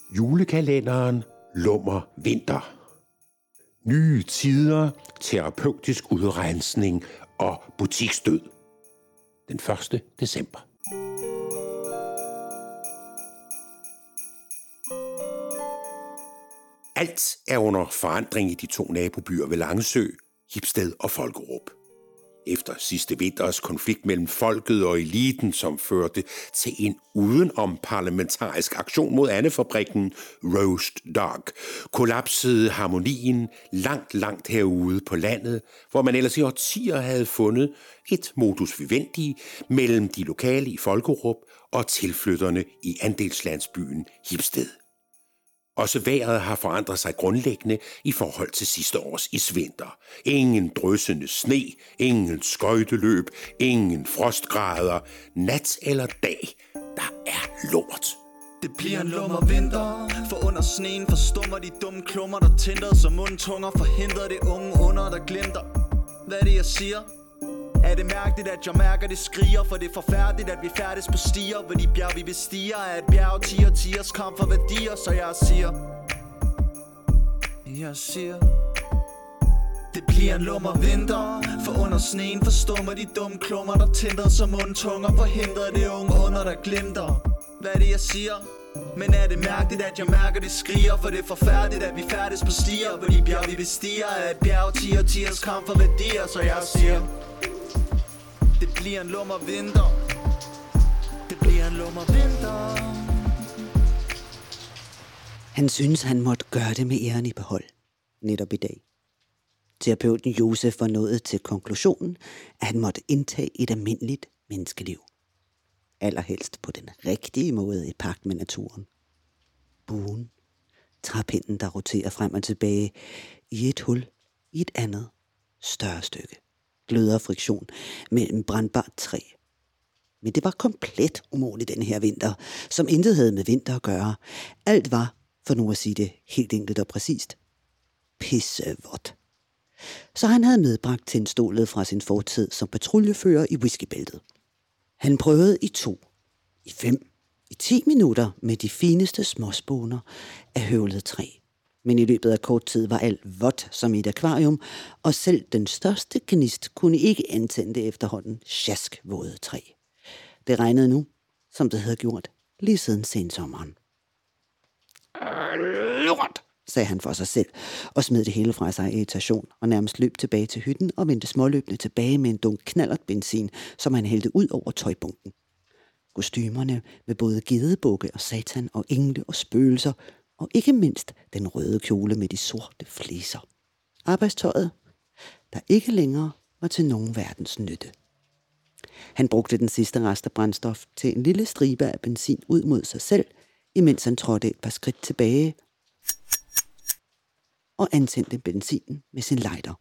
Julekalenderen Lummer Vinter. Nye tider, terapeutisk udrensning og butiksdød. Den 1. december. Alt er under forandring i de 2 nabobyer ved Langesø, Hipsted og Folkerup. Efter sidste vinters konflikt mellem folket og eliten, som førte til en udenom-parlamentarisk aktion mod andefabrikken Roast Dog, kollapsede harmonien langt herude på landet, hvor man ellers i årtier havde fundet et modus vivendi mellem de lokale i Folkerup og tilflytterne i andelslandsbyen Hipsted. Også vejret har forandret sig grundlæggende i forhold til sidste års isvinter. Ingen dryssende sne, ingen skøjteløb, ingen frostgrader, nat eller dag. Der er lort. Det bliver en lummer vinter, for under sneen forstummer de dumme klummer, der tænder som mundtunger, forhindrer det unge under, der glimter. Hvad er det, jeg siger? Er det mærkeligt, at jeg mærker det skriger? For det er forfærdeligt, at vi færdes på stier, hvor de bjerg vi bestiger er et bjerg, tiers kamp for værdier. Så jeg siger det bliver en lummer vinter, for under sneen forstummer de dumme klummer, der tænder som mundtunger, forhindrer det unge under, der glimter. Hvad er det, jeg siger? Men er det mærkeligt, at jeg mærker det skriger? For det er forfærdeligt, at vi færdes på stier, hvor de bjerg vi bestiger er et bjerg, tiers kamp for værdier. Så jeg siger det bliver en lummer vinter. Det bliver en lummer vinter. Han synes, han måtte gøre det med æren i behold, netop i dag. Terapeuten Josef var nået til konklusionen, at han måtte indtage et almindeligt menneskeliv. Allerhelst på den rigtige måde i pagt med naturen. Buen, træpinden, der roterer frem og tilbage i et hul i et andet, større stykke. Gløder friktion mellem brandbart træ. Men det var komplet umuligt den her vinter, som intet havde med vinter at gøre. Alt var, for nu at sige det helt enkelt og præcist, pissevådt. Så han havde medbragt tændstålet fra sin fortid som patruljefører i whiskybæltet. Han prøvede i 2, i 5, i 10 minutter med de fineste småspåner af høvlet træ. Men i løbet af kort tid var alt vådt som i et akvarium, og selv den største gnist kunne ikke antænde det efterhånden sjaskvåde træ. Det regnede nu, som det havde gjort lige siden sensommeren. Lort, sagde han for sig selv, og smed det hele fra sig i irritation, og nærmest løb tilbage til hytten og vendte småløbende tilbage med en dunk knallert benzin, som han hældte ud over tøjbunken. Kostymerne med både gedebukke og satan og engle og spøgelser, og ikke mindst den røde kjole med de sorte fliser. Arbejdstøjet, der ikke længere var til nogen verdens nytte. Han brugte den sidste rest af brændstof til en lille stribe af benzin ud mod sig selv, imens han trådte et par skridt tilbage og antændte benzinen med sin lighter.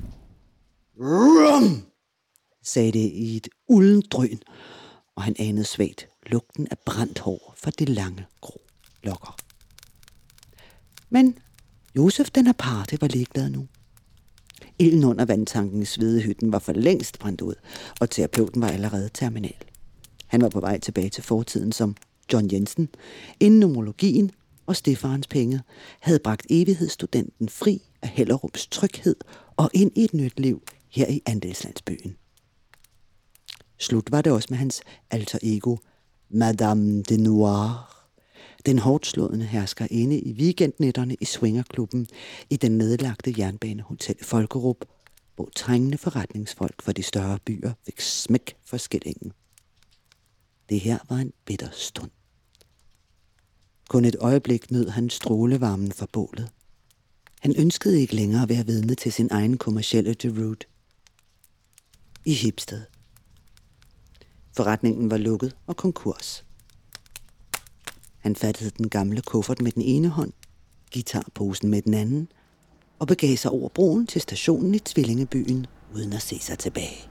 Rum! Sagde det i et uldent drøn, og han anede svagt lugten af brændt hår fra de lange, grå lokker. Men Josef den aparte var ligeglad nu. Ilden under vandtanken i svedehytten var for længst brændt ud, og terapeuten var allerede terminal. Han var på vej tilbage til fortiden som John Jensen, inden numerologien og Stefarens penge havde bragt evighedsstudenten fri af Hellerups tryghed og ind i et nyt liv her i andelslandsbyen. Slut var det også med hans alter ego, Madame de Noir, den hårdtslående herskerinde i weekendnætterne i swingerklubben i den nedlagte jernbanehotel Folkerup, hvor trængende forretningsfolk fra de større byer fik smæk for skillingen. Det her var en bitter stund. Kun et øjeblik nød han strålevarmen fra bålet. Han ønskede ikke længere at være vidne til sin egen kommercielle deroute. I Hipsted. Forretningen var lukket og konkurs. Han fattede den gamle kuffert med den ene hånd, guitarposen med den anden, og begav sig over broen til stationen i Tvillingebyen, uden at se sig tilbage.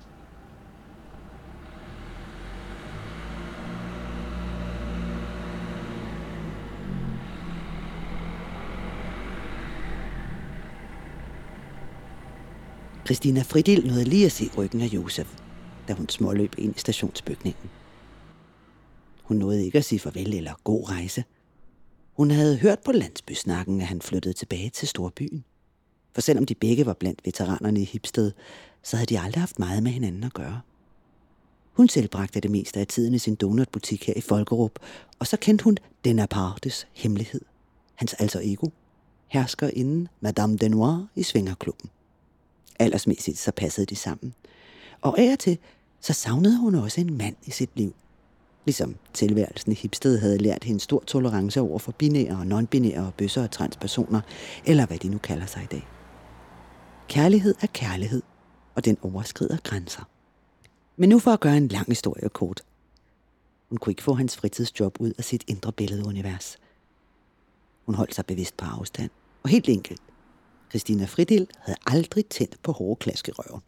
Christina Fridil nåede lige at se ryggen af Josef, da hun småløb ind i stationsbygningen. Hun nåede ikke at sige farvel eller god rejse. Hun havde hørt på landsbysnakken, at han flyttede tilbage til storbyen. For selvom de begge var blandt veteranerne i Hipsted, så havde de aldrig haft meget med hinanden at gøre. Hun tilbragte det meste af tiden i sin donutbutik her i Folkerup, og så kendte hun Denapartes hemmelighed. Hans alter ego, herskerinden Madame Denoir i Svingerklubben. Aldersmæssigt så passede de sammen. Og af og til, så savnede hun også en mand i sit liv. Ligesom tilværelsen i Hipsted havde lært hende stor tolerance over for binære og non-binære og bøsser og transpersoner, eller hvad de nu kalder sig i dag. Kærlighed er kærlighed, og den overskrider grænser. Men nu for at gøre en lang historie kort. Hun kunne ikke få hans fritidsjob ud af sit indre billedunivers. Hun holdt sig bevidst på afstand, og helt enkelt. Christina Friedel havde aldrig tændt på hårde klask i røven.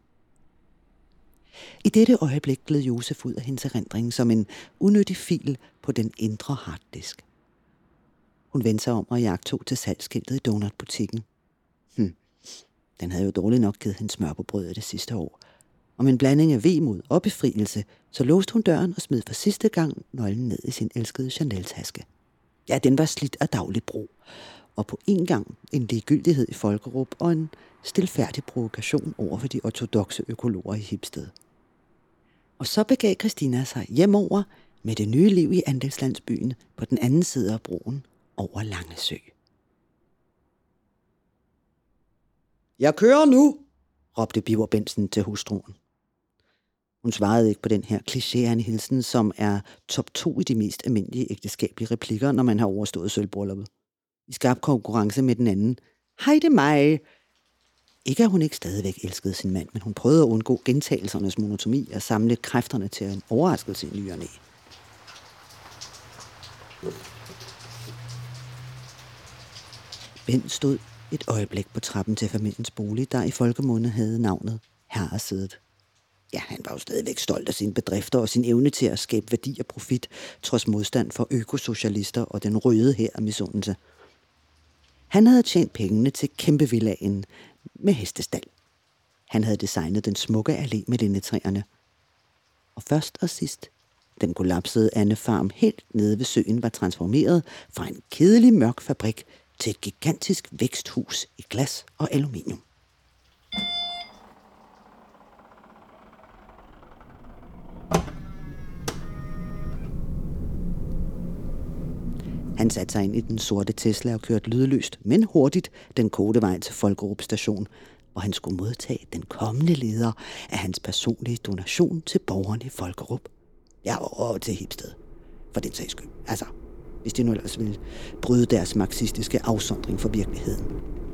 I dette øjeblik gled Josef ud af hendes erindring som en unødig fil på den indre harddisk. Hun vendte sig om og jagtog til salgsskiltet i donutbutikken. Den havde jo dårligt nok givet hende smør på brødet det sidste år. Og med en blanding af vemod og befrielse, så låste hun døren og smed for sidste gang nøglen ned i sin elskede Chanel-taske. Ja, den var slidt af daglig brug, og på en gang en ligegyldighed i Folkerup og en stilfærdig provokation over for de ortodokse økologer i Hipsted. Og så begav Christina sig hjemover med det nye liv i andelslandsbyen på den anden side af broen over Langesø. Jeg kører nu, råbte Biver Bensen til hustruen. Hun svarede ikke på den her klichéerne hilsen, som er top 2 i de mest almindelige ægteskabelige replikker, når man har overstået sølvbrylluppet. I skarp konkurrence med den anden. Hej, det er mig. Ikke at hun ikke stadigvæk elskede sin mand, men hun prøvede at undgå gentagelsernes monotoni og samle kræfterne til en overraskelse i ny og næ. Ben stod et øjeblik på trappen til familiens bolig, der i folkemunde havde navnet Herresædet. Ja, han var jo stadigvæk stolt af sine bedrifter og sin evne til at skabe værdi og profit, trods modstand for økosocialister og den røde hær af misundelse. Han havde tjent pengene til kæmpevillaen med hestestald. Han havde designet den smukke allé med lindetræerne. Og først og sidst, den kollapsede andefarm helt nede ved søen var transformeret fra en kedelig mørk fabrik til et gigantisk væksthus i glas og aluminium. Han satte sig ind i den sorte Tesla og kørte lydløst, men hurtigt den korte vej til Folkerup station, hvor han skulle modtage den kommende leder af hans personlige donation til borgerne i Folkerup. Ja, og til Hipsted. For den sags skyld. Altså, hvis de nu ellers ville bryde deres marxistiske afsondring fra virkeligheden.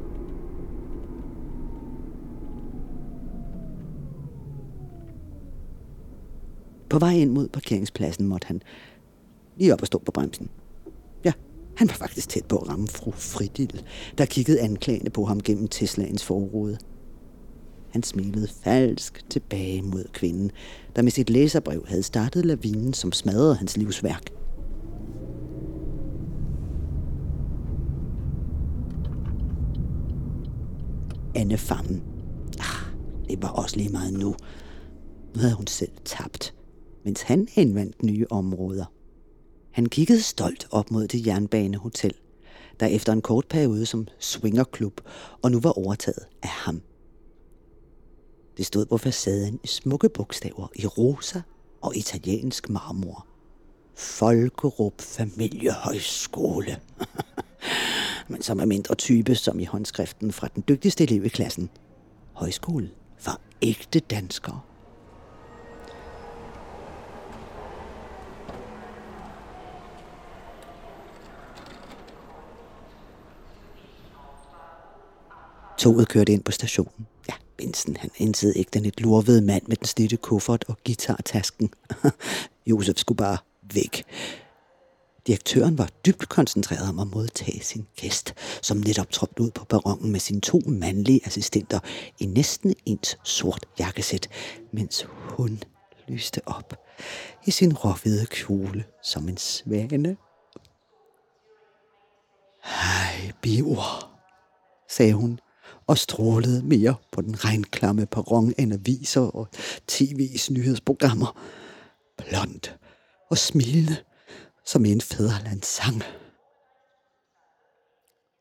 På vej ind mod parkeringspladsen måtte han lige op og stå på bremsen. Ja, han var faktisk tæt på at ramme fru Friedel, der kiggede anklagende på ham gennem Teslaens forrude. Han smilede falsk tilbage mod kvinden, der med sit læserbrev havde startet lavinen, som smadrede hans livsværk. Anne Fammen. Det var også lige meget nu. Nu havde hun selv tabt, mens han indvandt nye områder. Han kiggede stolt op mod det jernbanehotel, der efter en kort periode som swingerklub, og nu var overtaget af ham. Det stod på facaden i smukke bogstaver i rosa og italiensk marmor. Folkerup Familiehøjskole. Men som er mindre type, som i håndskriften fra den dygtigste elev i klassen. Højskole for ægte danskere. Toget kørte ind på stationen. Ja, Bensen, han indsede ikke den et lurvede mand med den slidte kuffert og guitartasken. Josef skulle bare væk. Direktøren var dybt koncentreret om at modtage sin gæst, som netop trådte ud på perronen med sine 2 mandlige assistenter i næsten ens sort jakkesæt, mens hun lyste op i sin råhvide kjole som en svane. Hej, Biver, sagde hun, og strålede mere på den regnklamme perron end aviser og tv's nyhedsprogrammer. Blond og smilende som en fædrelandssang.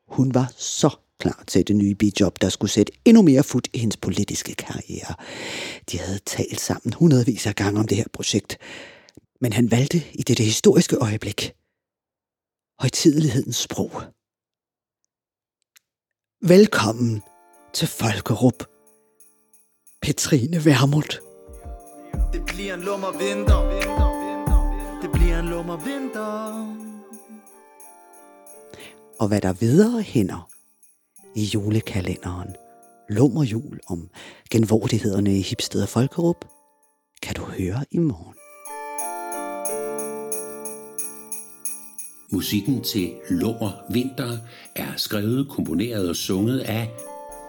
Hun var så klar til det nye bijob, der skulle sætte endnu mere fut i hendes politiske karriere. De havde talt sammen hundredvis af gange om det her projekt, men han valgte i dette historiske øjeblik højtidelighedens sprog. Velkommen til Folkerup, Petrine Vermund. Det bliver en lummer vinter. Det bliver en lummer vinter. Og hvad der videre hænder i julekalenderen Lummerjul om genvordighederne i Hipsted og Folkerup, kan du høre i morgen. Musikken til Lummer Vinter er skrevet, komponeret og sunget af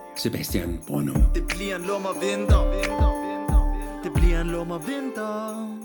Sebastian Brøndum. Det bliver en lummer vinter. Det bliver en lummer vinter.